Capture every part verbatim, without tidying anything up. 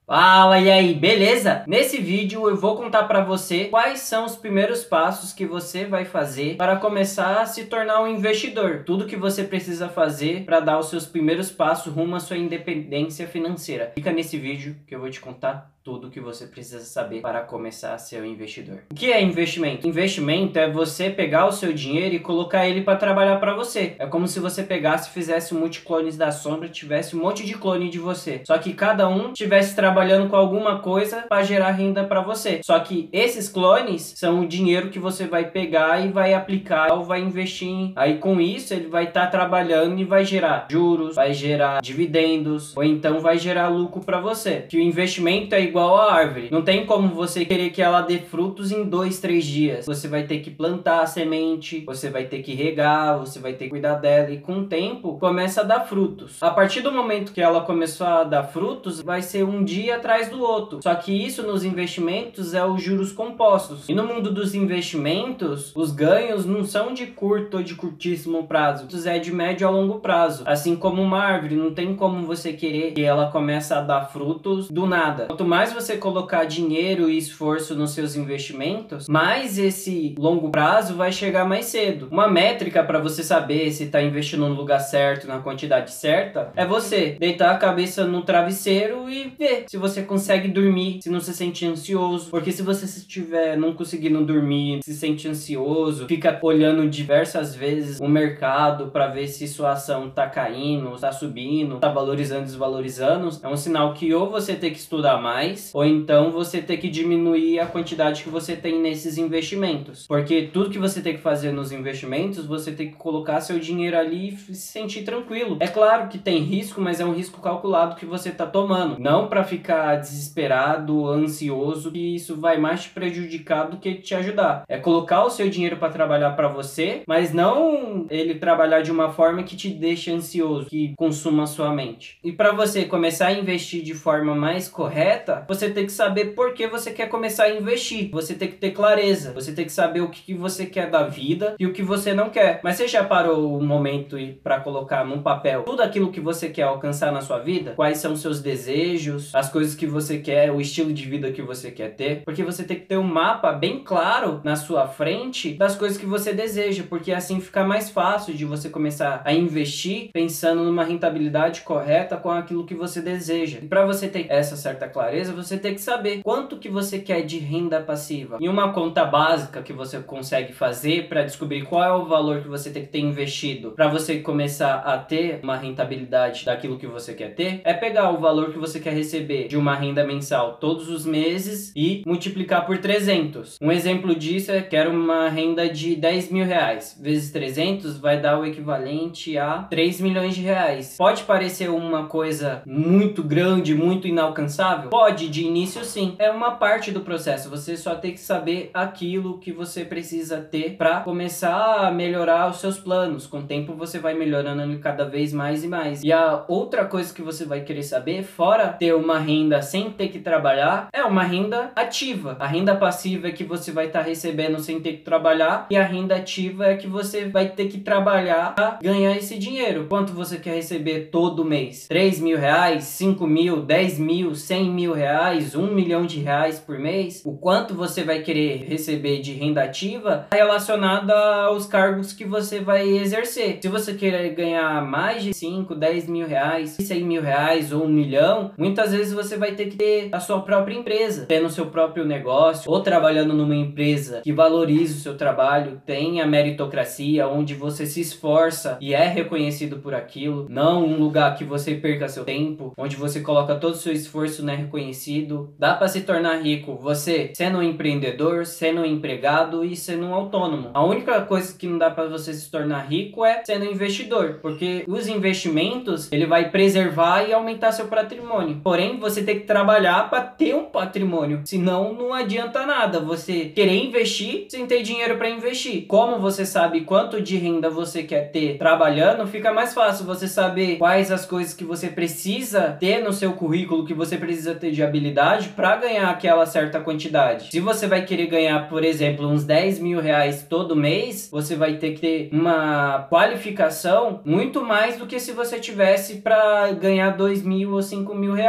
Fala, e aí, beleza? Nesse vídeo eu vou contar pra você quais são os primeiros passos que você vai fazer para começar a se tornar um investidor. Tudo que você precisa fazer para dar os seus primeiros passos rumo à sua independência financeira. Fica nesse vídeo que eu vou te contar tudo o que você precisa saber para começar a ser um investidor. O que é investimento? Investimento é você pegar o seu dinheiro e colocar ele para trabalhar para você. É como se você pegasse e fizesse um multiclones da sombra, tivesse um monte de clone de você. Só que cada um tivesse trabalhando com alguma coisa para gerar renda para você. Só que esses clones são o dinheiro que você vai pegar e vai aplicar ou vai investir em. Aí com isso ele vai estar tá trabalhando e vai gerar juros, vai gerar dividendos ou então vai gerar lucro para você. Que o investimento é igual a árvore. Não tem como você querer que ela dê frutos em dois, três dias. Você vai ter que plantar a semente, você vai ter que regar, você vai ter que cuidar dela e com o tempo começa a dar frutos. A partir do momento que ela começou a dar frutos, vai ser um dia atrás do outro. Só que isso nos investimentos é os juros compostos. E no mundo dos investimentos, os ganhos não são de curto ou de curtíssimo prazo. É de médio a longo prazo. Assim como uma árvore, não tem como você querer que ela comece a dar frutos do nada. Quanto mais você colocar dinheiro e esforço nos seus investimentos, mais esse longo prazo vai chegar mais cedo. Uma métrica para você saber se está investindo no lugar certo, na quantidade certa, é você deitar a cabeça no travesseiro e ver se você consegue dormir, se não se sente ansioso. Porque se você estiver não conseguindo dormir, se sente ansioso, fica olhando diversas vezes o mercado para ver se sua ação está caindo, está subindo, está valorizando, desvalorizando, é um sinal que ou você tem que estudar mais, ou então você tem que diminuir a quantidade que você tem nesses investimentos. Porque tudo que você tem que fazer nos investimentos, você tem que colocar seu dinheiro ali e se sentir tranquilo. É claro que tem risco, mas é um risco calculado que você está tomando. Não para ficar desesperado, ansioso, que isso vai mais te prejudicar do que te ajudar. É colocar o seu dinheiro para trabalhar para você, mas não ele trabalhar de uma forma que te deixe ansioso, que consuma a sua mente. E para você começar a investir de forma mais correta, você tem que saber por que você quer começar a investir. Você tem que ter clareza. Você tem que saber o que você quer da vida e o que você não quer. Mas você já parou o momento para colocar num papel tudo aquilo que você quer alcançar na sua vida? Quais são os seus desejos, as coisas que você quer, o estilo de vida que você quer ter? Porque você tem que ter um mapa bem claro na sua frente das coisas que você deseja, porque assim fica mais fácil de você começar a investir pensando numa rentabilidade correta com aquilo que você deseja. E para você ter essa certa clareza, você tem que saber quanto que você quer de renda passiva. E uma conta básica que você consegue fazer para descobrir qual é o valor que você tem que ter investido para você começar a ter uma rentabilidade daquilo que você quer ter, é pegar o valor que você quer receber de uma renda mensal todos os meses e multiplicar por trezentos. Um exemplo disso é: quero uma renda de dez mil reais, vezes trezentos vai dar o equivalente a três milhões de reais. Pode parecer uma coisa muito grande, muito inalcançável? Pode, de início sim. É uma parte do processo. Você só tem que saber aquilo que você precisa ter para começar a melhorar os seus planos. Com o tempo você vai melhorando ele cada vez mais e mais. E a outra coisa que você vai querer saber, fora ter uma renda sem ter que trabalhar, é uma renda ativa. A renda passiva é que você vai estar tá recebendo sem ter que trabalhar, e a renda ativa é que você vai ter que trabalhar para ganhar esse dinheiro. Quanto você quer receber todo mês? três mil reais, cinco mil, dez mil, cem mil reais, um milhão de reais por mês? O quanto você vai querer receber de renda ativa é relacionado aos cargos que você vai exercer. Se você querer ganhar mais de cinco, dez mil reais, cem mil reais ou um milhão, muitas vezes você vai ter que ter a sua própria empresa, tendo o seu próprio negócio, ou trabalhando numa empresa que valorize o seu trabalho, tenha meritocracia, onde você se esforça e é reconhecido por aquilo, não um lugar que você perca seu tempo, onde você coloca todo o seu esforço, não é reconhecido. Dá para se tornar rico você sendo um empreendedor, sendo um empregado e sendo um autônomo. A única coisa que não dá para você se tornar rico é sendo um investidor, porque os investimentos ele vai preservar e aumentar seu patrimônio. Porém, você tem que trabalhar para ter um patrimônio, senão não adianta nada você querer investir sem ter dinheiro para investir. Como você sabe quanto de renda você quer ter trabalhando, fica mais fácil você saber quais as coisas que você precisa ter no seu currículo, que você precisa ter de habilidade para ganhar aquela certa quantidade. Se você vai querer ganhar, por exemplo, uns dez mil reais todo mês, você vai ter que ter uma qualificação muito mais do que se você tivesse para ganhar dois mil ou cinco mil reais. Com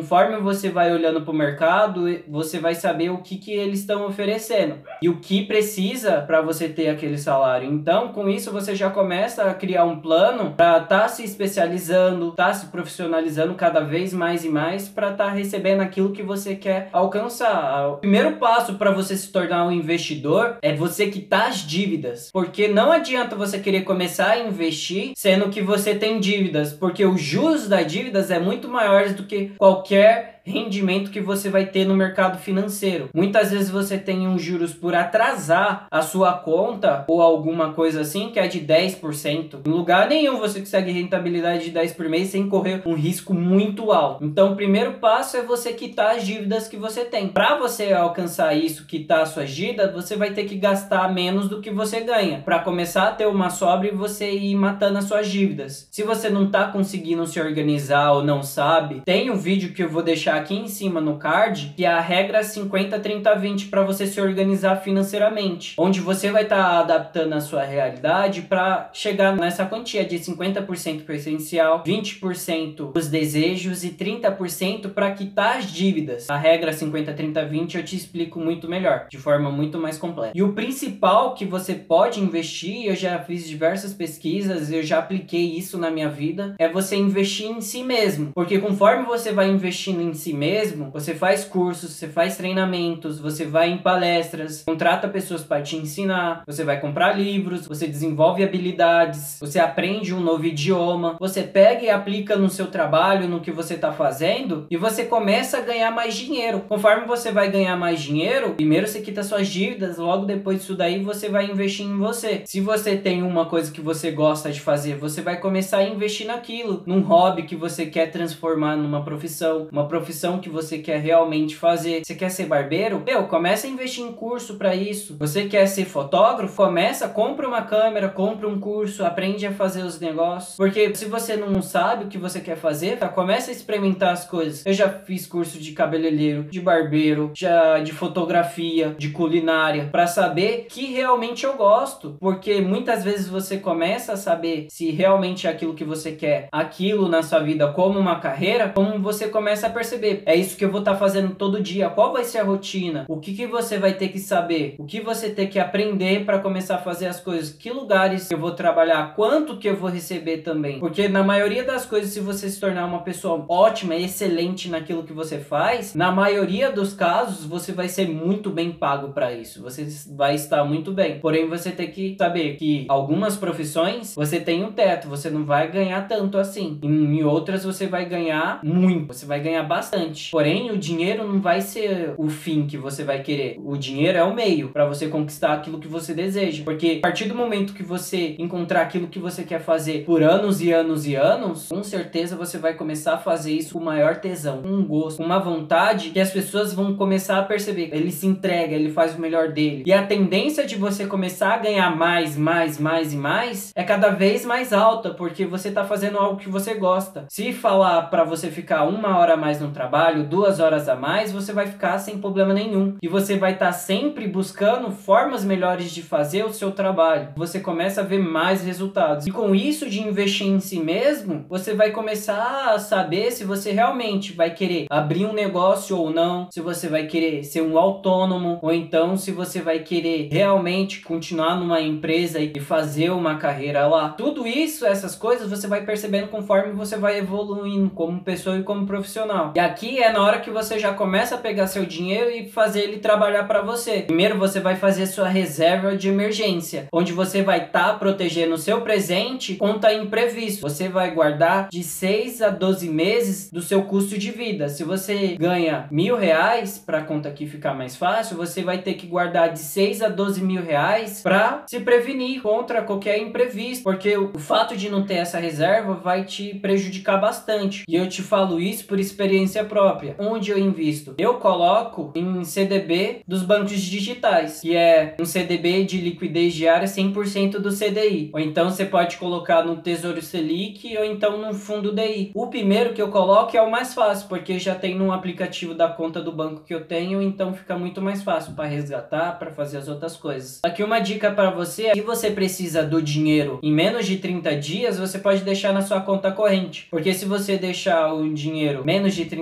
conforme você vai olhando para o mercado, você vai saber o que, que eles estão oferecendo e o que precisa para você ter aquele salário. Então, com isso, você já começa a criar um plano para estar tá se especializando, estar tá se profissionalizando cada vez mais e mais para estar tá recebendo aquilo que você quer alcançar. O primeiro passo para você se tornar um investidor é você quitar as dívidas, porque não adianta você querer começar a investir sendo que você tem dívidas, porque os juros das dívidas é muito maiores do que qualquer rendimento que você vai ter no mercado financeiro. Muitas vezes você tem uns juros por atrasar a sua conta ou alguma coisa assim que é de dez por cento. Em lugar nenhum você consegue rentabilidade de dez por mês sem correr um risco muito alto. Então o primeiro passo é você quitar as dívidas que você tem. Para você alcançar isso, quitar as suas dívidas, você vai ter que gastar menos do que você ganha para começar a ter uma sobra e você ir matando as suas dívidas. Se você não está conseguindo se organizar ou não sabe, tem um vídeo que eu vou deixar aqui em cima no card, que é a regra cinquenta, trinta, vinte para você se organizar financeiramente, onde você vai estar tá adaptando a sua realidade para chegar nessa quantia de cinquenta por cento presencial, vinte por cento os desejos e trinta por cento para quitar as dívidas. A regra cinquenta, trinta, vinte eu te explico muito melhor, de forma muito mais completa. E o principal que você pode investir, eu já fiz diversas pesquisas, eu já apliquei isso na minha vida, é você investir em si mesmo, porque conforme você vai investindo em si mesmo, você faz cursos, você faz treinamentos, você vai em palestras, contrata pessoas para te ensinar, você vai comprar livros, você desenvolve habilidades, você aprende um novo idioma, você pega e aplica no seu trabalho, no que você está fazendo, e você começa a ganhar mais dinheiro. Conforme você vai ganhar mais dinheiro, primeiro você quita suas dívidas, logo depois disso daí você vai investir em você. Se você tem uma coisa que você gosta de fazer, você vai começar a investir naquilo, num hobby que você quer transformar numa profissão, uma profissão que você quer realmente fazer. Você quer ser barbeiro? Meu, começa a investir em curso para isso. Você quer ser fotógrafo? Começa, compra uma câmera, compra um curso, aprende a fazer os negócios. Porque se você não sabe o que você quer fazer, tá, começa a experimentar as coisas. Eu já fiz curso de cabeleireiro, de barbeiro, já de fotografia, de culinária, para saber que realmente eu gosto. Porque muitas vezes você começa a saber se realmente é aquilo que você quer, aquilo na sua vida como uma carreira, como você começa a perceber. É isso que eu vou estar tá fazendo todo dia. Qual vai ser a rotina? O que, que você vai ter que saber? O que você tem que aprender para começar a fazer as coisas? Que lugares eu vou trabalhar? Quanto que eu vou receber também? Porque na maioria das coisas, se você se tornar uma pessoa ótima, excelente naquilo que você faz, na maioria dos casos, você vai ser muito bem pago para isso. Você vai estar muito bem. Porém, você tem que saber que algumas profissões, você tem um teto. Você não vai ganhar tanto assim. Em outras, você vai ganhar muito. Você vai ganhar bastante. Porém, o dinheiro não vai ser o fim que você vai querer. O dinheiro é o meio para você conquistar aquilo que você deseja. Porque a partir do momento que você encontrar aquilo que você quer fazer por anos e anos e anos, com certeza você vai começar a fazer isso com maior tesão, com um gosto, com uma vontade que as pessoas vão começar a perceber. Ele se entrega, ele faz o melhor dele. E a tendência de você começar a ganhar mais, mais, mais e mais é cada vez mais alta, porque você tá fazendo algo que você gosta. Se falar para você ficar uma hora a mais no trabalho, trabalho, duas horas a mais, você vai ficar sem problema nenhum. E você vai estar tá sempre buscando formas melhores de fazer o seu trabalho. Você começa a ver mais resultados. E com isso de investir em si mesmo, você vai começar a saber se você realmente vai querer abrir um negócio ou não, se você vai querer ser um autônomo, ou então se você vai querer realmente continuar numa empresa e fazer uma carreira lá. Tudo isso, essas coisas, você vai percebendo conforme você vai evoluindo como pessoa e como profissional. E aqui é na hora que você já começa a pegar seu dinheiro e fazer ele trabalhar para você. Primeiro você vai fazer sua reserva de emergência, onde você vai estar tá protegendo o seu presente contra imprevisto. Você vai guardar de seis a doze meses do seu custo de vida. Se você ganha mil reais, para a conta aqui ficar mais fácil, você vai ter que guardar de seis a doze mil reais para se prevenir contra qualquer imprevisto, porque o fato de não ter essa reserva vai te prejudicar bastante. E eu te falo isso por experiência própria. Onde eu invisto? Eu coloco em C D B dos bancos digitais, que é um C D B de liquidez diária cem por cento do C D I. Ou então você pode colocar no Tesouro Selic ou então no Fundo D I. O primeiro que eu coloco é o mais fácil, porque já tem no aplicativo da conta do banco que eu tenho, então fica muito mais fácil para resgatar, para fazer as outras coisas. Aqui uma dica para você: se você precisa do dinheiro em menos de trinta dias, você pode deixar na sua conta corrente, porque se você deixar o dinheiro menos de trinta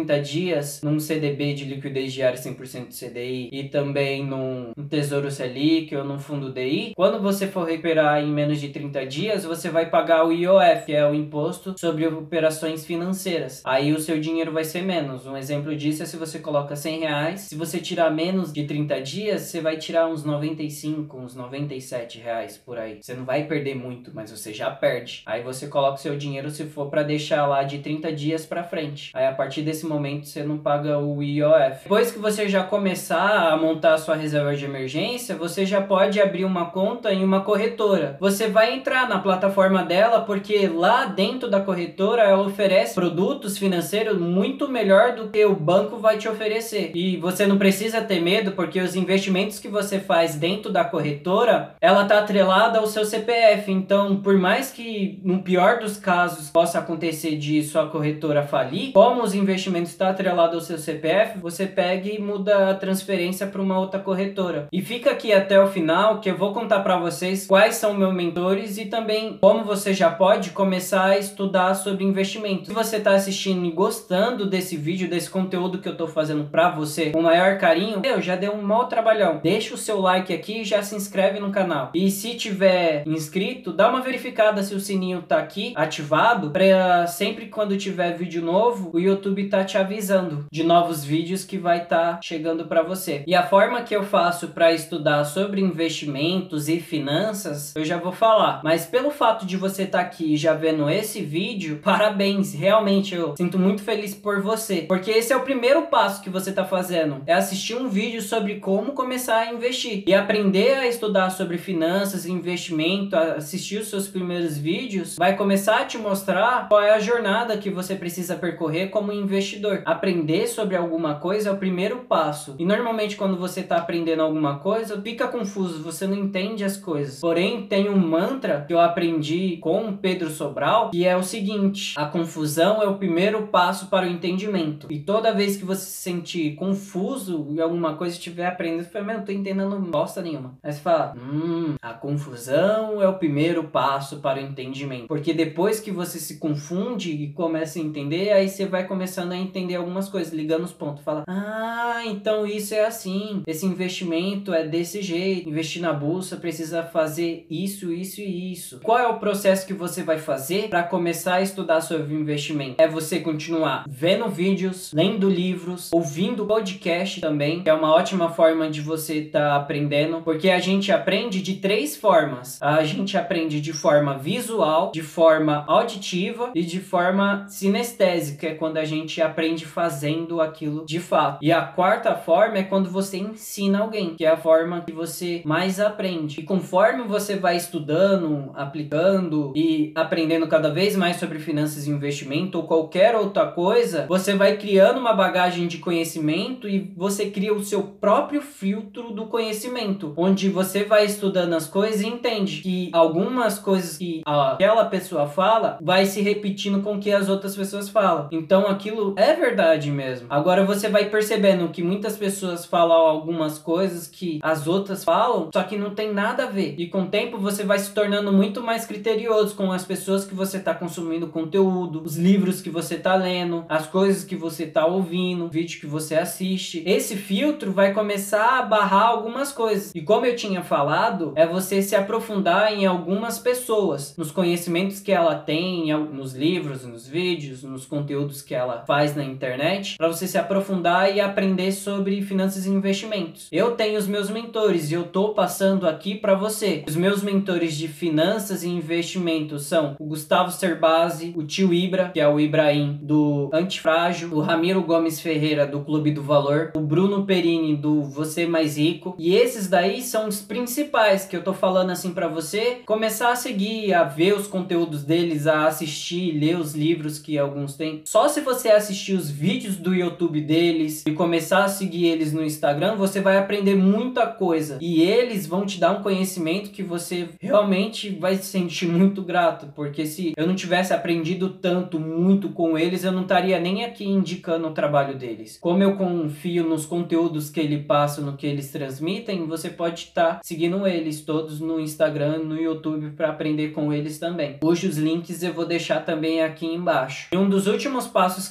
trinta dias num C D B de liquidez diária cem por cento de C D I e também num Tesouro Selic ou num fundo D I, quando você for recuperar em menos de trinta dias, você vai pagar o I O F, que é o Imposto sobre Operações Financeiras. Aí o seu dinheiro vai ser menos. Um exemplo disso é se você coloca cem reais, se você tirar menos de trinta dias, você vai tirar uns noventa e cinco, uns noventa e sete reais por aí. Você não vai perder muito, mas você já perde. Aí você coloca o seu dinheiro se for para deixar lá de trinta dias para frente. Aí a partir desse momento você não paga o I O F. Depois que você já começar a montar a sua reserva de emergência, você já pode abrir uma conta em uma corretora. Você vai entrar na plataforma dela porque lá dentro da corretora ela oferece produtos financeiros muito melhor do que o banco vai te oferecer. E você não precisa ter medo porque os investimentos que você faz dentro da corretora, ela tá atrelada ao seu C P F. Então, por mais que no pior dos casos possa acontecer de sua corretora falir, como os investimentos estão atrelados ao seu C P F, você pega e muda a transferência para uma outra corretora. E fica aqui até o final que eu vou contar para vocês quais são meus mentores e também como você já pode começar a estudar sobre investimento. Se você está assistindo e gostando desse vídeo, desse conteúdo que eu estou fazendo para você com o maior carinho, eu já dei um mau trabalhão. Deixa o seu like aqui e já se inscreve no canal. E se tiver inscrito, dá uma verificada se o sininho tá aqui ativado, para sempre quando tiver vídeo novo, o YouTube tá te avisando de novos vídeos que vai estar tá chegando para você. E a forma que eu faço para estudar sobre investimentos e finanças, eu já vou falar. Mas pelo fato de você estar tá aqui já vendo esse vídeo, parabéns, realmente eu sinto muito feliz por você, porque esse é o primeiro passo que você tá fazendo, é assistir um vídeo sobre como começar a investir e aprender a estudar sobre finanças e investimento. Assistir os seus primeiros vídeos vai começar a te mostrar qual é a jornada que você precisa percorrer como investidor. Aprender sobre alguma coisa é o primeiro passo, e normalmente quando você tá aprendendo alguma coisa, fica confuso, você não entende as coisas. Porém, tem um mantra que eu aprendi com o Pedro Sobral, que é o seguinte: a confusão é o primeiro passo para o entendimento. E toda vez que você se sentir confuso em alguma coisa, estiver aprendendo, você fala, meu, não tô entendendo bosta nenhuma. Aí você fala, hum, a confusão é o primeiro passo para o entendimento. Porque depois que você se confunde e começa a entender, aí você vai começando a entender algumas coisas, ligando os pontos. Fala, ah, então isso é assim, esse investimento é desse jeito, investir na bolsa precisa fazer isso, isso e isso. Qual é o processo que você vai fazer para começar a estudar sobre investimento? É você continuar vendo vídeos, lendo livros, ouvindo podcast também, que é uma ótima forma de você estar tá aprendendo, porque a gente aprende de três formas. A gente aprende de forma visual, de forma auditiva e de forma sinestésica, é quando a gente aprende fazendo aquilo de fato. E a quarta forma é quando você ensina alguém, que é a forma que você mais aprende. E conforme você vai estudando, aplicando e aprendendo cada vez mais sobre finanças e investimento ou qualquer outra coisa, você vai criando uma bagagem de conhecimento e você cria o seu próprio filtro do conhecimento, onde você vai estudando as coisas e entende que algumas coisas que aquela pessoa fala vai se repetindo com o que as outras pessoas falam. Então aquilo é verdade mesmo. Agora você vai percebendo que muitas pessoas falam algumas coisas que as outras falam, só que não tem nada a ver. E com o tempo você vai se tornando muito mais criterioso com as pessoas que você está consumindo conteúdo, os livros que você está lendo, as coisas que você está ouvindo, o vídeo que você assiste. Esse filtro vai começar a barrar algumas coisas. E como eu tinha falado, é você se aprofundar em algumas pessoas, nos conhecimentos que ela tem, nos livros, nos vídeos, nos conteúdos que ela faz na internet, para você se aprofundar e aprender sobre finanças e investimentos. Eu tenho os meus mentores e eu tô passando aqui para você. Os meus mentores de finanças e investimentos são o Gustavo Cerbasi, o tio Ibra, que é o Ibrahim do Antifrágil, o Ramiro Gomes Ferreira do Clube do Valor, o Bruno Perini do Você Mais Rico. E esses daí são os principais que eu tô falando assim para você começar a seguir, a ver os conteúdos deles, a assistir, ler os livros que alguns têm. Só se você assistir os vídeos do YouTube deles e começar a seguir eles no Instagram, você vai aprender muita coisa. E eles vão te dar um conhecimento que você realmente vai se sentir muito grato. Porque se eu não tivesse aprendido tanto, muito com eles, eu não estaria nem aqui indicando o trabalho deles. Como eu confio nos conteúdos que ele passa, no que eles transmitem, você pode estar tá seguindo eles todos no Instagram, no YouTube, para aprender com eles também. Hoje os links eu vou deixar também aqui embaixo. E um dos últimos passos que você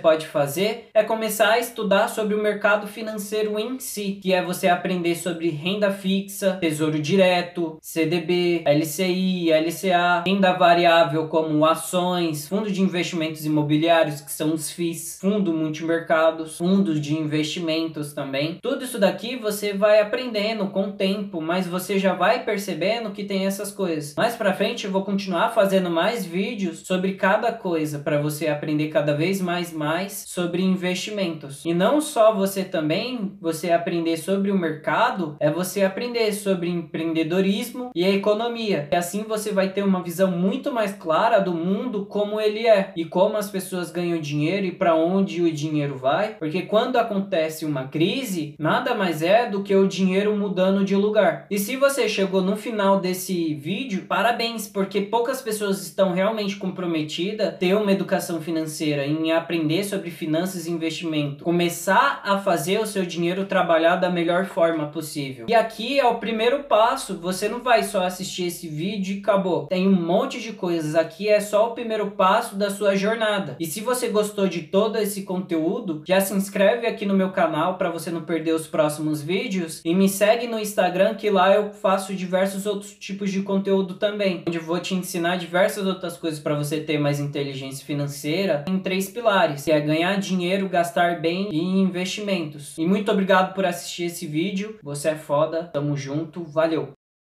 pode fazer é começar a estudar sobre o mercado financeiro em si, que é você aprender sobre renda fixa, tesouro direto, C D B, L C I, L C A, renda variável como ações, fundo de investimentos imobiliários, que são os F I Is, fundo multimercados, fundos de investimentos também. Tudo isso daqui você vai aprendendo com o tempo, mas você já vai percebendo que tem essas coisas. Mais pra frente eu vou continuar fazendo mais vídeos sobre cada coisa, para você aprender cada vez mais mais sobre investimentos. E não só você também, você aprender sobre o mercado, é você aprender sobre empreendedorismo e a economia. E assim você vai ter uma visão muito mais clara do mundo como ele é e como as pessoas ganham dinheiro e para onde o dinheiro vai, porque quando acontece uma crise, nada mais é do que o dinheiro mudando de lugar. E se você chegou no final desse vídeo, parabéns, porque poucas pessoas estão realmente comprometidas a ter uma educação financeira, em aprender sobre finanças e investimento, começar a fazer o seu dinheiro trabalhar da melhor forma possível. E aqui é o primeiro passo, você não vai só assistir esse vídeo e acabou. Tem um monte de coisas aqui, é só o primeiro passo da sua jornada. E se você gostou de todo esse conteúdo, já se inscreve aqui no meu canal para você não perder os próximos vídeos e me segue no Instagram, que lá eu faço diversos outros tipos de conteúdo também, onde eu vou te ensinar diversas outras coisas para você ter mais inteligência financeira em três pilares, que é ganhar dinheiro, gastar bem e investimentos. E muito obrigado por assistir esse vídeo, você é foda, tamo junto, valeu!